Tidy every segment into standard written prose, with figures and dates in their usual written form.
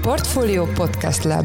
Portfolio Podcast Lab.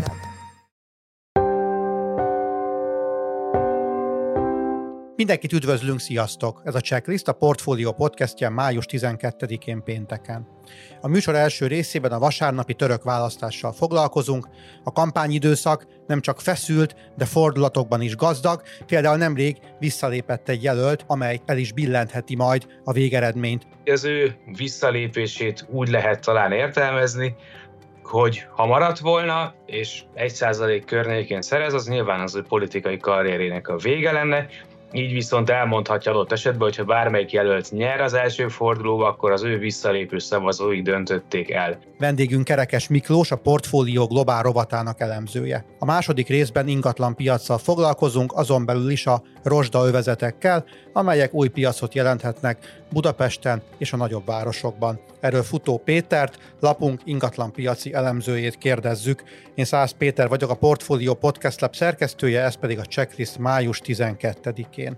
Mindenkit üdvözlünk, sziasztok! Ez a Checklist a Portfolio podcastja május 12-én pénteken. A műsor első részében a vasárnapi török választással foglalkozunk. A kampányidőszak nem csak feszült, de fordulatokban is gazdag. Például nemrég visszalépett egy jelölt, amely el is billentheti majd a végeredményt. Az ő visszalépését úgy lehet talán értelmezni, hogy ha maradt volna, és 1% környékén szerez, az nyilván az ő politikai karrierének a vége lenne. Így viszont elmondhatja adott esetben, hogyha bármelyik jelölt nyer az első fordulóba, akkor az ő visszalépő szavazói döntötték el. Vendégünk Kerekes Miklós, a Portfolio Globál rovatának elemzője. A második részben ingatlan piaccal foglalkozunk, azon belül is a rozsdaövezetekkel, amelyek új piacot jelenthetnek Budapesten és a nagyobb városokban. Erről Futó Pétert, lapunk ingatlanpiaci elemzőjét kérdezzük. Én Szász Péter vagyok, a Portfolio Podcast Lab szerkesztője, ez pedig a Checklist május 12-én.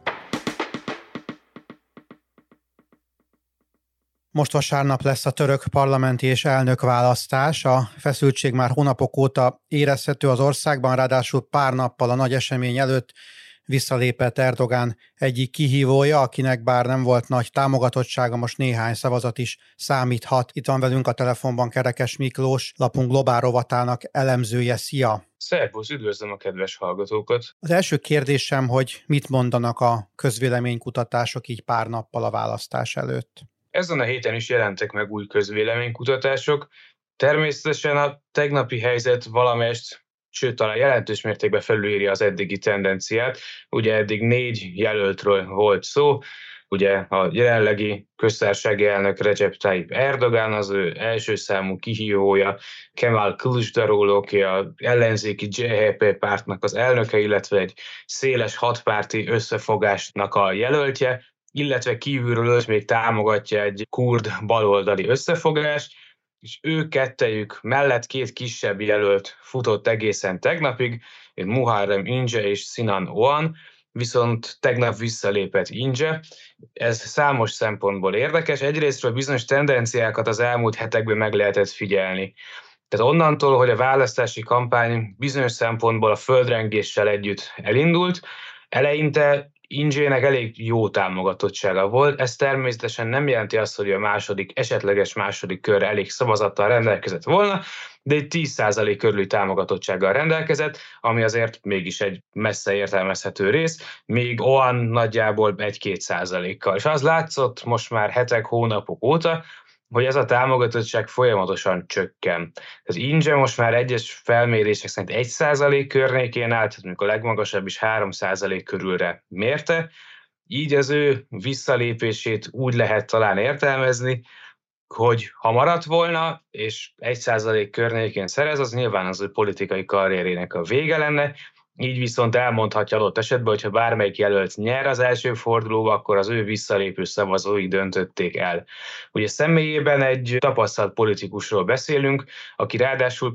Most vasárnap lesz a török parlamenti és elnökválasztás. A feszültség már hónapok óta érezhető az országban, ráadásul pár nappal a nagy esemény előtt visszalépett Erdogán egyik kihívója, akinek bár nem volt nagy támogatottsága, most néhány szavazat is számíthat. Itt van velünk a telefonban Kerekes Miklós, lapunk globál rovatának elemzője. Szia! Szervusz, üdvözlöm a kedves hallgatókat! Az első kérdésem, hogy mit mondanak a közvéleménykutatások így pár nappal a választás előtt? Ezen a héten is jelentek meg új közvéleménykutatások. Természetesen a tegnapi helyzet valamelyest, sőt, talán jelentős mértékben felülírja az eddigi tendenciát. Ugye eddig 4 jelöltről volt szó, ugye a jelenlegi köztársasági elnök Recep Tayyip Erdogan, az ő első számú kihívója, Kemal Kılıçdaroğlu, aki az ellenzéki CHP pártnak az elnöke, illetve egy széles hatpárti összefogásnak a jelöltje, illetve kívülről őt még támogatja egy kurd baloldali összefogás, és ők kettejük mellett 2 kisebb jelölt futott egészen tegnapig, Muharrem İnce és Sinan Oğan, viszont tegnap visszalépett Ince. Ez számos szempontból érdekes. Egyrésztről bizonyos tendenciákat az elmúlt hetekben meg lehetett figyelni. Tehát onnantól, hogy a választási kampány bizonyos szempontból a földrengéssel együtt elindult, eleinte Incének elég jó támogatottsága volt. Ez természetesen nem jelenti azt, hogy a esetleges második körre elég szavazattal rendelkezett volna, de egy 10% körüli támogatottsággal rendelkezett, ami azért mégis egy messze értelmezhető rész, míg Oğan nagyjából 1-2%-kal. És az látszott most már hetek, hónapok óta, hogy ez a támogatottság folyamatosan csökken. Tehát Ince most már egyes felmérések szerint 1% környékén állt, tehát mondjuk a legmagasabb is 3% körülre mérte. Így az ő visszalépését úgy lehet talán értelmezni, hogy ha maradt volna, és 1% környékén szerez, az nyilván az ő politikai karrierének a vége lenne. Így viszont elmondhatja adott esetben, hogyha bármelyik jelölt nyer az első fordulóba, akkor az ő visszalépő szavazói döntötték el. Ugye személyében egy tapasztalt politikusról beszélünk, aki ráadásul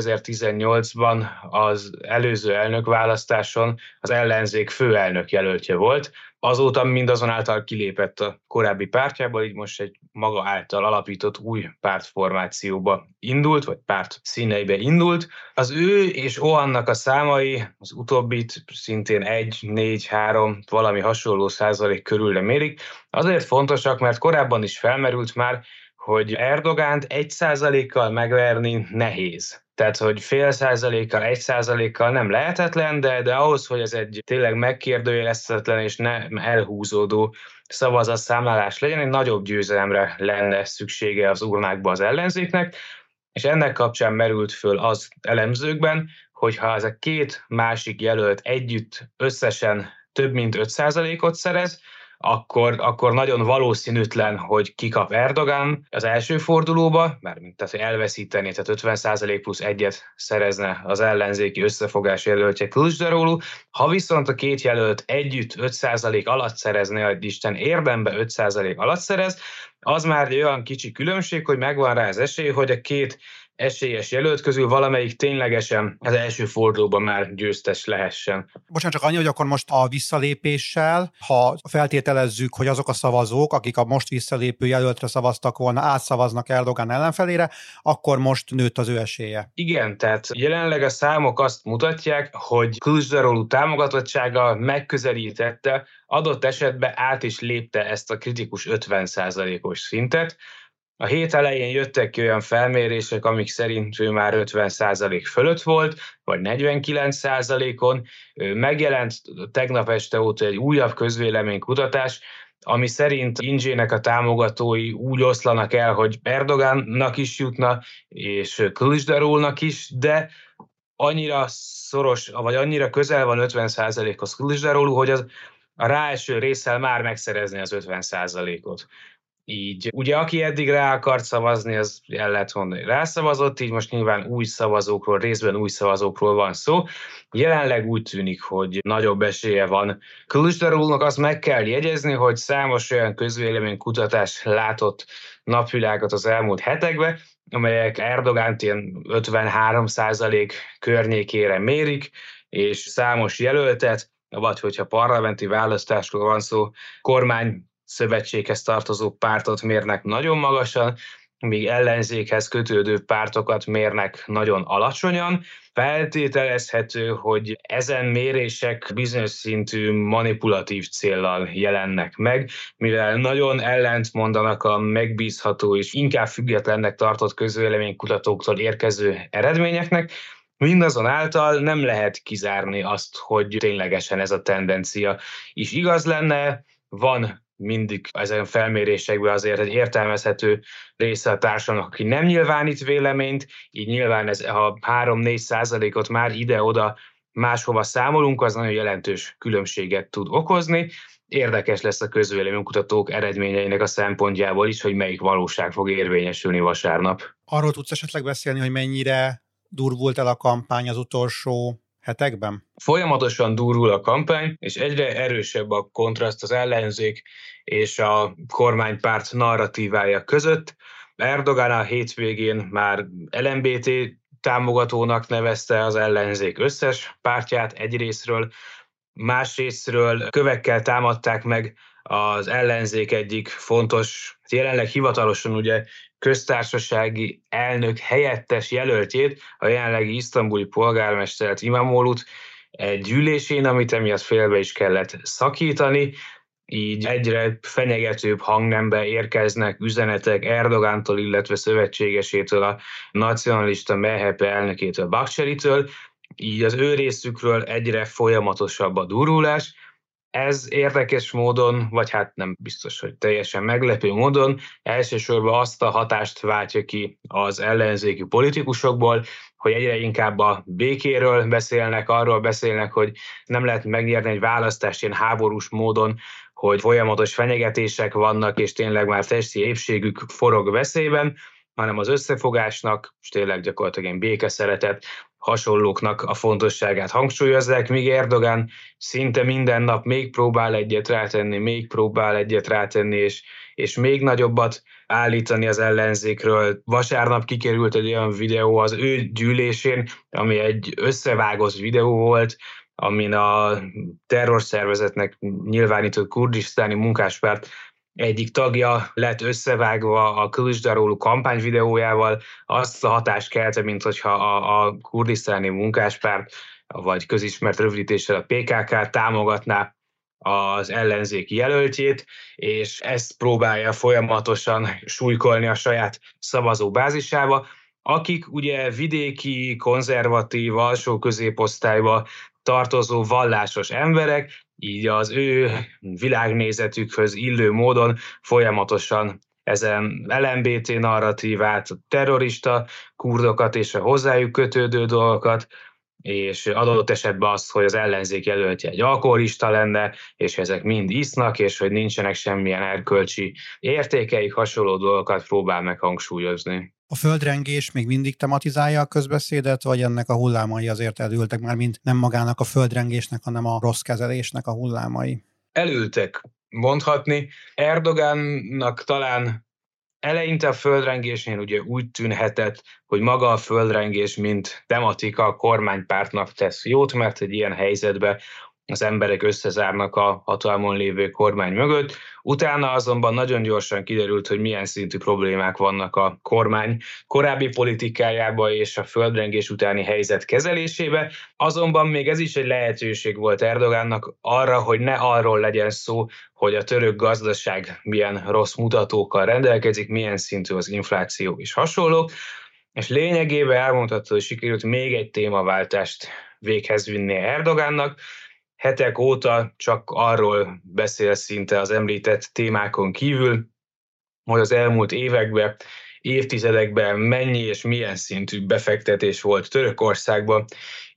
2018-ban az előző elnökválasztáson az ellenzék főelnök jelöltje volt, azóta mindazonáltal kilépett a korábbi pártjából, így most egy maga által alapított új pártformációba indult, vagy párt színeibe indult. Az ő és Oğannak a számai, az utóbbit szintén 1, 4, 3, valami hasonló százalék körülre mérik. Azért fontosak, mert korábban is felmerült már, hogy Erdogánt 1%-kal megverni nehéz. Tehát, hogy 0,5%-kal, 1%-kal nem lehetetlen, de ahhoz, hogy ez egy tényleg megkérdőjelezhetetlen és nem elhúzódó szavazatszámlálás legyen, egy nagyobb győzelemre lenne szüksége az urnákba az ellenzéknek, és ennek kapcsán merült föl az elemzőkben, hogy ha ez a 2 másik jelölt együtt összesen több mint 5%-ot szerez, akkor nagyon valószínűtlen, hogy kikap Erdogan az első fordulóba, mármint tehát elveszíteni, tehát 50% plusz 1-et szerezne az ellenzéki összefogás jelöltje Kılıçdaroğlu. Ha viszont a 2 jelölt együtt 5% alatt szerezne, hogy Isten érdemben 5% alatt szerez, az már egy olyan kicsi különbség, hogy megvan rá az esély, hogy a 2 esélyes jelölt közül valamelyik ténylegesen az első fordulóban már győztes lehessen. Bocsánat, csak annyi, hogy akkor most a visszalépéssel, ha feltételezzük, hogy azok a szavazók, akik a most visszalépő jelöltre szavaztak volna, átszavaznak Erdogan ellenfelére, akkor most nőtt az ő esélye. Igen, tehát jelenleg a számok azt mutatják, hogy Kılıçdaroğlu támogatottsága megközelítette, adott esetben át is lépte ezt a kritikus 50%-os szintet. A hét elején jöttek ki olyan felmérések, amik szerint ő már 50% fölött volt, vagy 49%-on. Megjelent tegnap este óta egy újabb közvéleménykutatás, ami szerint Indzsének a támogatói úgy oszlanak el, hogy Erdogannak is jutna, és Kılıçdaroğlunak is, de annyira szoros, vagy annyira közel van 50%-hoz Kılıçdaroğlu, hogy a ráeső résszel már megszerezni az 50%-ot. Így, ugye aki eddig rá akart szavazni, az el lehet mondani, hogy rászavazott, így most nyilván új szavazókról, részben új szavazókról van szó. Jelenleg úgy tűnik, hogy nagyobb esélye van. Kılıçdaroğlunak azt meg kell jegyezni, hogy számos olyan közvéleménykutatás látott napvilágot az elmúlt hetekben, amelyek Erdogánt ilyen 53% környékére mérik, és számos jelöltet, vagy hogyha parlamenti választásról van szó, kormány szövetséghez tartozó pártot mérnek nagyon magasan, míg ellenzékhez kötődő pártokat mérnek nagyon alacsonyan. Feltételezhető, hogy ezen mérések bizonyos szintű manipulatív céllal jelennek meg, mivel nagyon ellentmondanak a megbízható és inkább függetlennek tartott közvéleménykutatóktól érkező eredményeknek. Mindazonáltal nem lehet kizárni azt, hogy ténylegesen ez a tendencia is igaz lenne. Van mindig ezen felmérésekben azért egy értelmezhető része a társadalomnak, aki nem nyilvánít véleményt, így nyilván ez a 3-4%-ot már ide-oda máshova számolunk, az nagyon jelentős különbséget tud okozni. Érdekes lesz a közvéleménykutatók eredményeinek a szempontjából is, hogy melyik valóság fog érvényesülni vasárnap. Arról tudsz esetleg beszélni, hogy mennyire durvult el a kampány az utolsó hetekben? Folyamatosan durvul a kampány, és egyre erősebb a kontraszt az ellenzék és a kormánypárt narratívája között. Erdogan a hétvégén már LMBT támogatónak nevezte az ellenzék összes pártját egyrészről, másrészről kövekkel támadták meg az ellenzék egyik fontos, jelenleg hivatalosan ugye köztársasági elnök helyettes jelöltjét, a jelenlegi isztambuli polgármestert, İmamoğlu't egy gyűlésén, amit emiatt félbe is kellett szakítani, így egyre fenyegetőbb hangnembe érkeznek üzenetek Erdogántól, illetve szövetségesétől, a nacionalista MHP elnökétől, Bahçeli'től, így az ő részükről egyre folyamatosabb a durulás. Ez érdekes módon, vagy hát nem biztos, hogy teljesen meglepő módon, elsősorban azt a hatást váltja ki az ellenzéki politikusokból, hogy egyre inkább a békéről beszélnek, arról beszélnek, hogy nem lehet megnyerni egy választást ilyen háborús módon, hogy folyamatos fenyegetések vannak, és tényleg már testi épségük forog veszélyben, hanem az összefogásnak, és tényleg gyakorlatilag ilyen békeszeretet, hasonlóknak a fontosságát hangsúlyozzák, míg Erdogan szinte minden nap még próbál egyet rátenni, és még nagyobbat állítani az ellenzékről. Vasárnap kikerült egy olyan videó az ő gyűlésén, ami egy összevágott videó volt, amin a terrorszervezetnek nyilvánított kurdisztáni munkáspárt egyik tagja lett összevágva a Kılıçdaroğlu kampányvideójával, azt a hatást kelte, mint hogyha a kurdisztáni munkáspárt, vagy közismert rövidítéssel a PKK támogatná az ellenzéki jelöltjét, és ezt próbálja folyamatosan súlykolni a saját szavazóbázisába, akik ugye vidéki, konzervatív, alsó középosztályba tartozó vallásos emberek, így az ő világnézetükhöz illő módon folyamatosan ezen LMBT narratívát, terrorista kurdokat és a hozzájuk kötődő dolgokat, és adott esetben azt, hogy az ellenzék jelöltje egy alkoholista lenne, és ezek mind isznak, és hogy nincsenek semmilyen erkölcsi értékeik, hasonló dolgokat próbál meg hangsúlyozni. A földrengés még mindig tematizálja a közbeszédet, vagy ennek a hullámai azért elültek már, mint nem magának a földrengésnek, hanem a rossz kezelésnek a hullámai? Elültek, mondhatni. Erdogannak talán Eleinte a földrengésnél ugye úgy tűnhetett, hogy maga a földrengés, mint tematika a kormánypártnak tesz jót, mert egy ilyen helyzetben az emberek összezárnak a hatalmon lévő kormány mögött. Utána azonban nagyon gyorsan kiderült, hogy milyen szintű problémák vannak a kormány korábbi politikájába és a földrengés utáni helyzet kezelésébe. Azonban még ez is egy lehetőség volt Erdogánnak arra, hogy ne arról legyen szó, hogy a török gazdaság milyen rossz mutatókkal rendelkezik, milyen szintű az infláció és hasonlók, és lényegében elmondható, hogy sikerült még egy témaváltást véghez vinni Erdogánnak. Hetek óta csak arról beszél szinte az említett témákon kívül, hogy az elmúlt években, évtizedekben mennyi és milyen szintű befektetés volt Törökországban,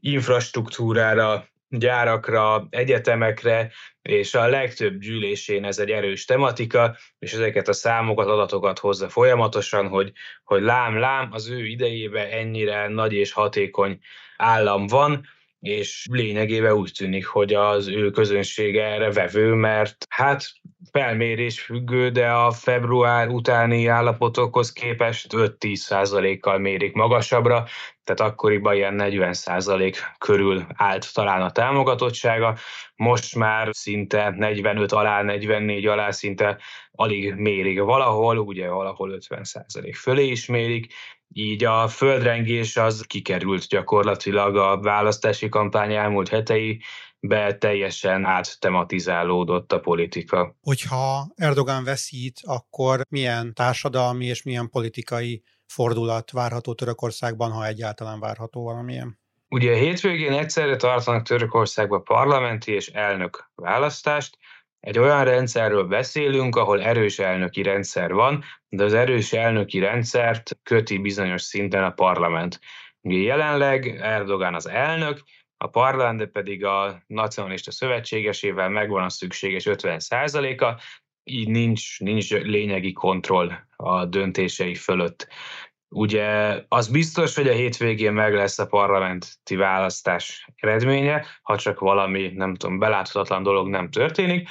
infrastruktúrára, gyárakra, egyetemekre, és a legtöbb gyűlésén ez egy erős tematika, és ezeket a számokat, adatokat hozza folyamatosan, hogy lám, az ő idejében ennyire nagy és hatékony állam van, és lényegében úgy tűnik, hogy az ő közönsége erre vevő, mert hát felmérés függő, de a február utáni állapotokhoz képest 5-10%-kal mérik magasabbra, tehát akkoriban ilyen 40% körül állt talán a támogatottsága, most már szinte 45 alá, 44 alá szinte alig mérik valahol, ugye valahol 50% fölé is mérik, így a földrengés az kikerült gyakorlatilag a választási kampány elmúlt heteibe, teljesen áttematizálódott a politika. Hogyha Erdogan veszít, akkor milyen társadalmi és milyen politikai fordulat várható Törökországban, ha egyáltalán várható valamilyen? Ugye hétvégén egyszerre tartanak Törökországban parlamenti és elnök választást. Egy olyan rendszerről beszélünk, ahol erős elnöki rendszer van, de az erős elnöki rendszert köti bizonyos szinten a parlament. Ugye jelenleg Erdogan az elnök, a parlament pedig a nacionalista szövetségesével megvan a szükséges 50%-a, így nincs lényegi kontroll a döntései fölött. Ugye az biztos, hogy a hétvégén meg lesz a parlamenti választás eredménye, ha csak valami, nem tudom, beláthatatlan dolog nem történik.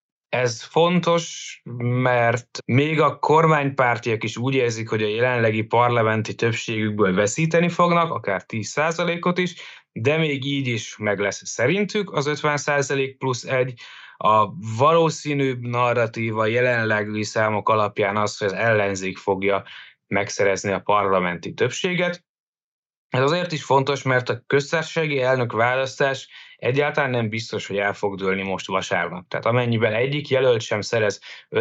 Ez fontos, mert még a kormánypártiak is úgy érzik, hogy a jelenlegi parlamenti többségükből veszíteni fognak, akár 10%-ot is, de még így is meg lesz szerintük az 50% plusz 1. A valószínűbb narratíva jelenlegi számok alapján az, hogy az ellenzék fogja megszerezni a parlamenti többséget. Ez azért is fontos, mert a köztársasági elnök választás egyáltalán nem biztos, hogy el fog dőlni most vasárnap. Tehát amennyiben egyik jelölt sem szerez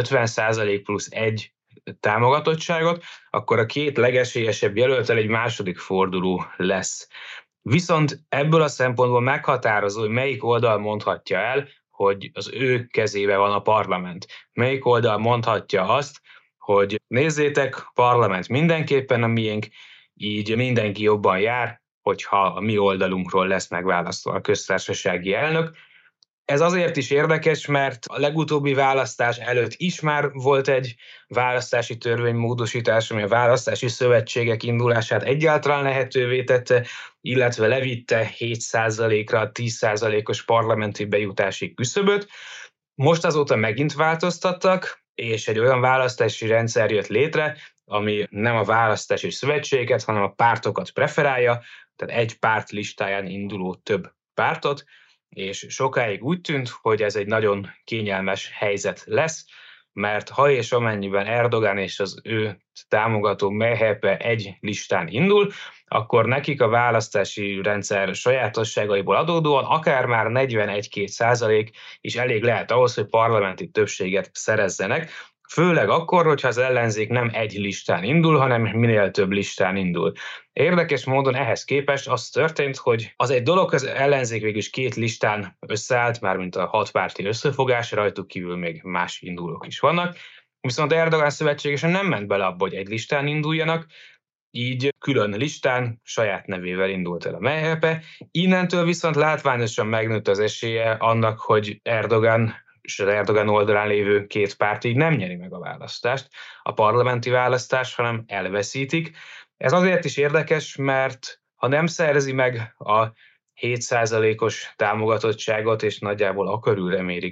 50% plusz 1 támogatottságot, akkor a két legesélyesebb jelölttel egy második forduló lesz. Viszont ebből a szempontból meghatározó, hogy melyik oldal mondhatja el, hogy az ő kezébe van a parlament. Melyik oldal mondhatja azt, hogy nézzétek, parlament mindenképpen a miénk, így mindenki jobban jár, hogyha a mi oldalunkról lesz megválasztva a köztársasági elnök. Ez azért is érdekes, mert a legutóbbi választás előtt is már volt egy választási törvénymódosítás, ami a választási szövetségek indulását egyáltalán lehetővé tette, illetve levitte 7%-ra a 10%-os parlamenti bejutási küszöböt. Most azóta megint változtattak, és egy olyan választási rendszer jött létre, ami nem a választási szövetségeket, hanem a pártokat preferálja, tehát egy párt listáján induló több pártot, és sokáig úgy tűnt, hogy ez egy nagyon kényelmes helyzet lesz, mert ha és amennyiben Erdogan és az ő támogató MHP egy listán indul, akkor nekik a választási rendszer sajátosságaiból adódóan akár már 41-2% is elég lehet ahhoz, hogy parlamenti többséget szerezzenek, főleg akkor, hogyha az ellenzék nem egy listán indul, hanem minél több listán indul. Érdekes módon ehhez képest az történt, hogy az egy dolog, az ellenzék végül is 2 listán összeállt, mármint a 6 párti összefogás, rajtuk kívül még más indulók is vannak, viszont Erdogan szövetségesen nem ment bele abba, hogy egy listán induljanak, így külön listán saját nevével indult el a MHP. Innentől viszont látványosan megnőtt az esélye annak, hogy Erdogan és az Erdogan oldalán lévő 2 párt így nem nyeri meg a választást, a parlamenti választást, hanem elveszítik. Ez azért is érdekes, mert ha nem szerzi meg a 7%-os támogatottságot, és nagyjából akörülre mérik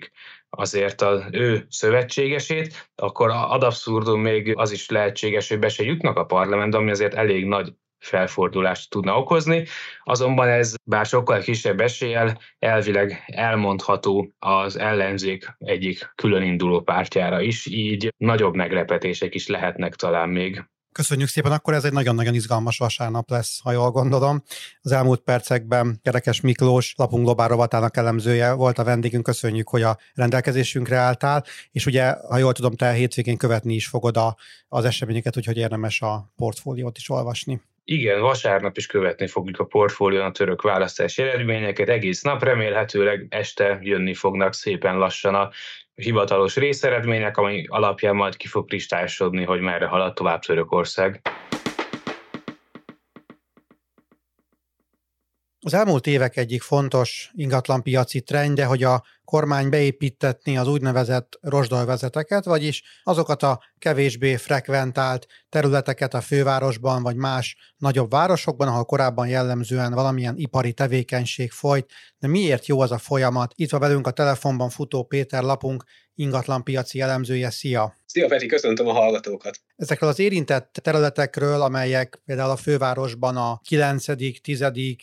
azért az ő szövetségesét, akkor ad abszurdum még az is lehetséges, hogy be se jutnak a parlamentbe, ami azért elég nagy felfordulást tudna okozni, azonban ez bár sokkal kisebb eséllyel elvileg elmondható az ellenzék egyik különinduló pártjára is, így nagyobb meglepetések is lehetnek talán még. Köszönjük szépen, akkor ez egy nagyon-nagyon izgalmas vasárnap lesz, ha jól gondolom. Az elmúlt percekben Kerekes Miklós, lapunk globál rovatának elemzője volt a vendégünk, köszönjük, hogy a rendelkezésünkre álltál, és ugye, ha jól tudom, te hétvégén követni is fogod az eseményeket, úgyhogy érdemes a portfóliót is olvasni. Igen, vasárnap is követni fogjuk a portfólión a török választási eredményeket, egész nap remélhetőleg este jönni fognak szépen lassan a hivatalos részeredmények, ami alapján majd ki fog kristályosodni, hogy merre halad tovább Törökország. Az elmúlt évek egyik fontos ingatlanpiaci trendje, hogy a kormány beépítetni az úgynevezett rozsdaövezeteket, vagyis azokat a kevésbé frekventált területeket a fővárosban vagy más nagyobb városokban, ahol korábban jellemzően valamilyen ipari tevékenység folyt. De miért jó az a folyamat? Itt van velünk a telefonban Futó Péter, lapunk ingatlanpiaci elemzője. Szia! Szia Peti, köszöntöm a hallgatókat! Ezekről az érintett területekről, amelyek például a fővárosban a 9., 10.,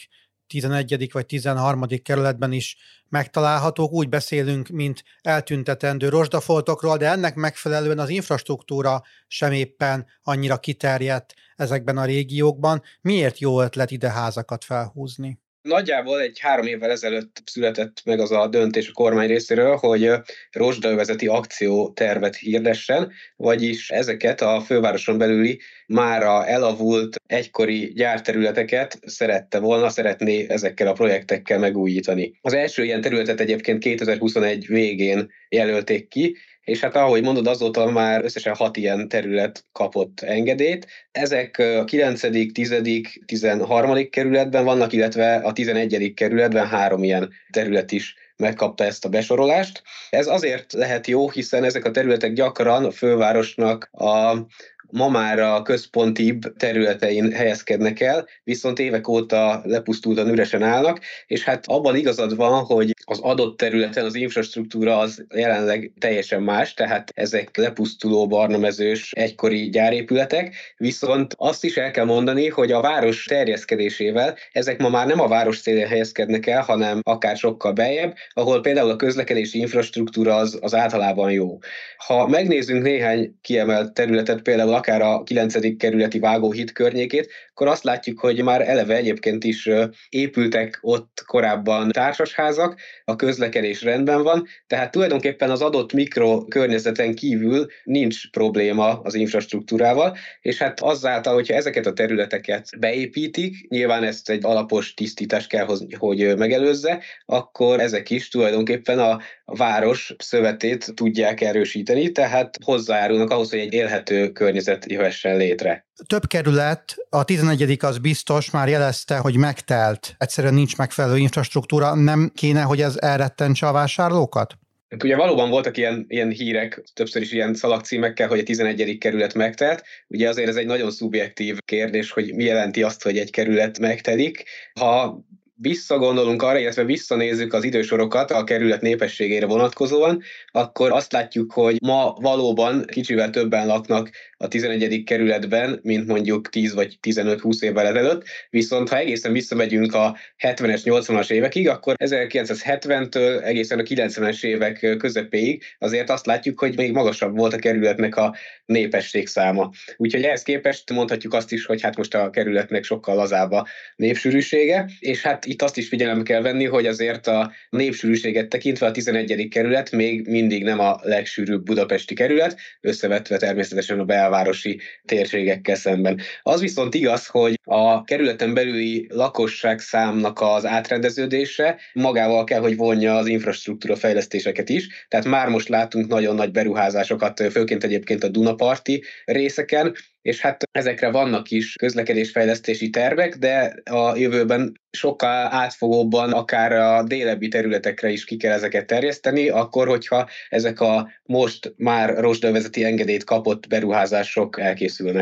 11. vagy 13. kerületben is megtalálhatók. Úgy beszélünk, mint eltüntetendő rozsdafoltokról, de ennek megfelelően az infrastruktúra sem éppen annyira kiterjedt ezekben a régiókban. Miért jó ötlet ide házakat felhúzni? Nagyjából egy 3 évvel ezelőtt született meg az a döntés a kormány részéről, hogy rozsdaövezeti akciótervet hirdessen, vagyis ezeket a fővároson belüli mára elavult egykori gyárterületeket szeretné ezekkel a projektekkel megújítani. Az első ilyen területet egyébként 2021 végén jelölték ki, és hát ahogy mondod, azóta már összesen 6 ilyen terület kapott engedélyt. Ezek a 9., 10., 13. kerületben vannak, illetve a 11. kerületben 3 ilyen terület is megkapta ezt a besorolást. Ez azért lehet jó, hiszen ezek a területek gyakran a fővárosnak ma már a központibb területein helyezkednek el, viszont évek óta lepusztultan üresen állnak, és hát abban igazad van, hogy az adott területen az infrastruktúra az jelenleg teljesen más, tehát ezek lepusztuló barnamezős egykori gyárépületek, viszont azt is el kell mondani, hogy a város terjeszkedésével ezek ma már nem a város szélén helyezkednek el, hanem akár sokkal beljebb, ahol például a közlekedési infrastruktúra az általában jó. Ha megnézzünk néhány kiemelt területet, például akár a 9. kerületi Vágóhíd környékét, akkor azt látjuk, hogy már eleve egyébként is épültek ott korábban társasházak, a közlekedés rendben van, tehát tulajdonképpen az adott mikrokörnyezeten kívül nincs probléma az infrastruktúrával, és hát azáltal, hogyha ezeket a területeket beépítik, nyilván ezt egy alapos tisztítás kell, hogy megelőzze, akkor ezek is tulajdonképpen a város szövetét tudják erősíteni, tehát hozzájárulnak ahhoz, hogy egy élhető környezet jöhessen létre. Több kerület, a 11. az biztos, már jelezte, hogy megtelt. Egyszerűen nincs megfelelő infrastruktúra. Nem kéne, hogy ez elrettentse a vásárlókat? Hát ugye valóban voltak ilyen hírek, többször is ilyen szalagcímekkel, hogy a 11. kerület megtelt. Ugye azért ez egy nagyon szubjektív kérdés, hogy mi jelenti azt, hogy egy kerület megtelik. Ha visszagondolunk arra, illetve visszanézzük az idősorokat a kerület népességére vonatkozóan, akkor azt látjuk, hogy ma valóban kicsivel többen laknak a 11. kerületben, mint mondjuk 10 vagy 15-20 évvel ezelőtt, viszont ha egészen visszamegyünk a 70-es, 80-as évekig, akkor 1970-től egészen a 90-es évek közepéig azért azt látjuk, hogy még magasabb volt a kerületnek a népességszáma. Úgyhogy ehhez képest mondhatjuk azt is, hogy hát most a kerületnek sokkal lazább a népsűrűsége, és hát itt azt is figyelembe kell venni, hogy azért a népsűrűséget tekintve a 11. kerület még mindig nem a legsűrűbb budapesti kerület, összevetve természetesen a belvárosi térségekkel szemben. Az viszont igaz, hogy a kerületen belüli lakosság számnak az átrendeződése magával kell, hogy vonja az infrastruktúra fejlesztéseket is, tehát már most látunk nagyon nagy beruházásokat, főként egyébként a Dunaparti részeken, és hát ezekre vannak is közlekedésfejlesztési tervek, de a jövőben sokkal átfogóbban akár a délebbi területekre is ki kell ezeket terjeszteni, akkor, hogyha ezek a most már rozsdaövezeti engedélyt kapott beruházások elkészülnek.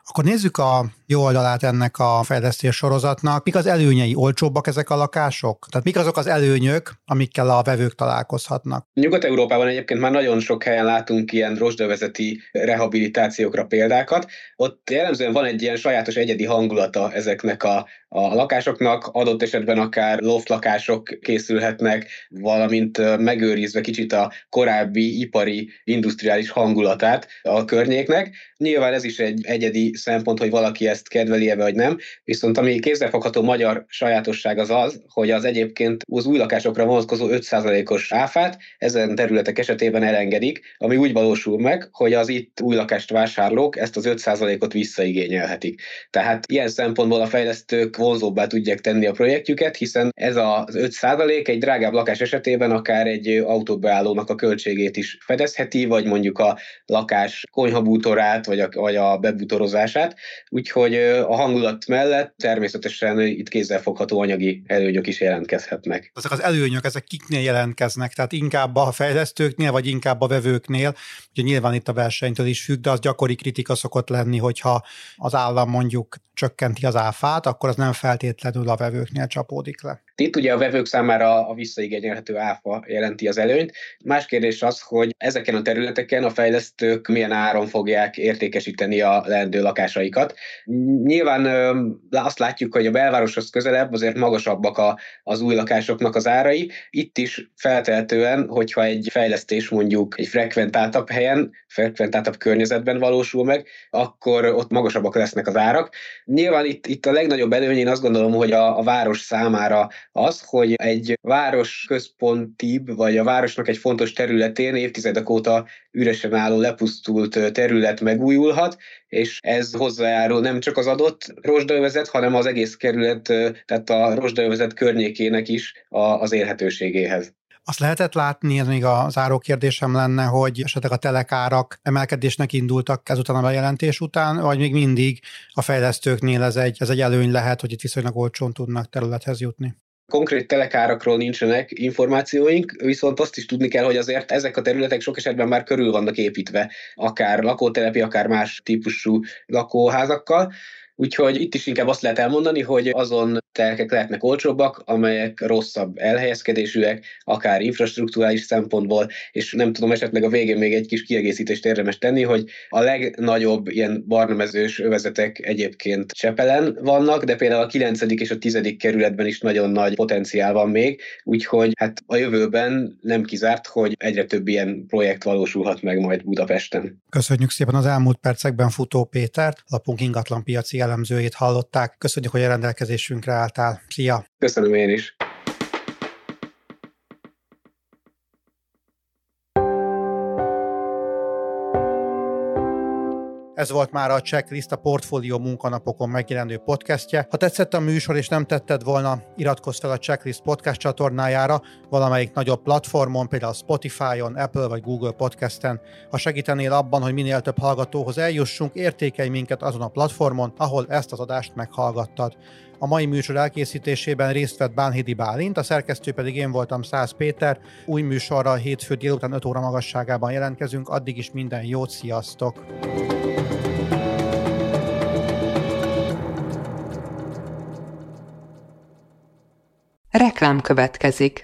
Akkor nézzük a jó oldalát ennek a fejlesztés sorozatnak. Mik az előnyei? Olcsóbbak ezek a lakások? Tehát mik azok az előnyök, amikkel a vevők találkozhatnak? Nyugat-Európában egyébként már nagyon sok helyen látunk ilyen rozsdaövezeti rehabilitációkra példákat. Ott jellemzően van egy ilyen sajátos egyedi hangulata ezeknek a lakásoknak, adott esetben akár loft lakások készülhetnek, valamint megőrizve kicsit a korábbi ipari, industriális hangulatát a környéknek. Nyilván ez is egy egyedi szempont, hogy valaki ezt kedveli-e vagy nem, viszont ami kézzelfogható magyar sajátosság az, hogy az egyébként az új lakásokra vonatkozó 5%-os áfát ezen területek esetében elengedik, ami úgy valósul meg, hogy az itt új lakást vásárlók ezt az 5%-ot visszaigényelhetik. Tehát ilyen szempontból a fejlesztők vonzóbbá tudják tenni a projektjüket, hiszen ez az 5% egy drágább lakás esetében akár egy autóbeállónak a költségét is fedezheti, vagy mondjuk a lakás konyhabútorát, vagy a bebútorozását. Úgyhogy a hangulat mellett természetesen itt kézzelfogható anyagi előnyök is jelentkezhetnek. Ezek az előnyök, ezek kiknél jelentkeznek? Tehát inkább a fejlesztőknél, vagy inkább a vevőknél? Ugye nyilván itt a versenytől is függ, de az gyakori kritika szokott lenni, hogyha az állam mondjuk csökkenti az áfát, akkor az nem feltétlenül a vevőknél csapódik le. Itt ugye a vevők számára a visszaigényelhető áfa jelenti az előnyt. Más kérdés az, hogy ezeken a területeken a fejlesztők milyen áron fogják értékesíteni a leendő lakásaikat. Nyilván azt látjuk, hogy a belvároshoz közelebb azért magasabbak az új lakásoknak az árai. Itt is feltehetően, hogyha egy fejlesztés mondjuk egy frekventáltabb helyen, frekventáltabb környezetben valósul meg, akkor ott magasabbak lesznek az árak. Nyilván itt a legnagyobb előny, én azt gondolom, hogy a város számára az, hogy egy város központibb, vagy a városnak egy fontos területén évtizedek óta üresen álló, lepusztult terület megújulhat, és ez hozzájárul nem csak az adott rozsdaövezet, hanem az egész kerület, tehát a rozsdaövezet környékének is az élhetőségéhez. Azt lehetett látni, ez még a záró kérdésem lenne, hogy esetleg a telekárak emelkedésnek indultak ezután a bejelentés után, vagy még mindig a fejlesztőknél ez egy előny lehet, hogy itt viszonylag olcsón tudnak területhez jutni? Konkrét telekárakról nincsenek információink, viszont azt is tudni kell, hogy azért ezek a területek sok esetben már körül vannak építve, akár lakótelepi, akár más típusú lakóházakkal. Úgyhogy itt is inkább azt lehet elmondani, hogy azon telkek lehetnek olcsóbbak, amelyek rosszabb elhelyezkedésűek, akár infrastrukturális szempontból, és nem tudom, esetleg a végén még egy kis kiegészítést érdemes tenni, hogy a legnagyobb ilyen barnamezős övezetek egyébként Csepelen vannak, de például a 9. és a 10. kerületben is nagyon nagy potenciál van még, úgyhogy hát a jövőben nem kizárt, hogy egyre több ilyen projekt valósulhat meg majd Budapesten. Köszönjük szépen az elmúlt percekben Futó Pétert, lapunk ingatlanpiaci elemzőjét hallották. Köszönjük, hogy a rendelkezésünkre álltál. Szia! Köszönöm én is! Ez volt már a Checklist, a Portfólió munkanapokon megjelenő podcastje. Ha tetszett a műsor és nem tetted volna, iratkozz fel a Checklist podcast csatornájára valamelyik nagyobb platformon, például Spotify-on, Apple vagy Google Podcasten. Ha segítenél abban, hogy minél több hallgatóhoz eljussunk, értékelj minket azon a platformon, ahol ezt az adást meghallgattad. A mai műsor elkészítésében részt vett Bánhidi Bálint, a szerkesztő pedig én voltam, Szász Péter. Új műsorral hétfő délután 5 óra magasságában jelentkezünk, addig is minden jót, sziasztok! Reklám következik.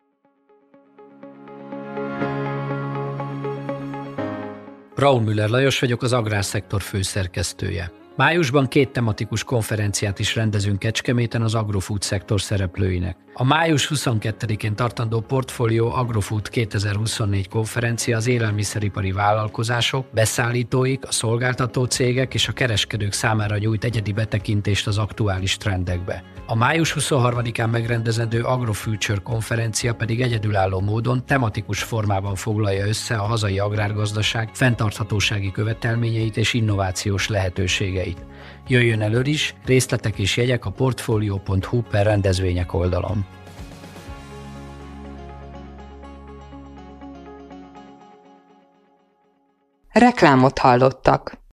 Braun Müller Lajos vagyok, az Agrárszektor főszerkesztője. Májusban 2 tematikus konferenciát is rendezünk Kecskeméten az agrofood szektor szereplőinek. A május 22-én tartandó Portfolio Agrofood 2024 konferencia az élelmiszeripari vállalkozások, beszállítóik, a szolgáltató cégek és a kereskedők számára nyújt egyedi betekintést az aktuális trendekbe. A május 23-án megrendezendő AgroFuture konferencia pedig egyedülálló módon tematikus formában foglalja össze a hazai agrárgazdaság fenntarthatósági követelményeit és innovációs lehetőségeit. Jöjjön elő is, részletek és jegyek a portfolio.hu/rendezvények oldalon. Reklámot hallottak.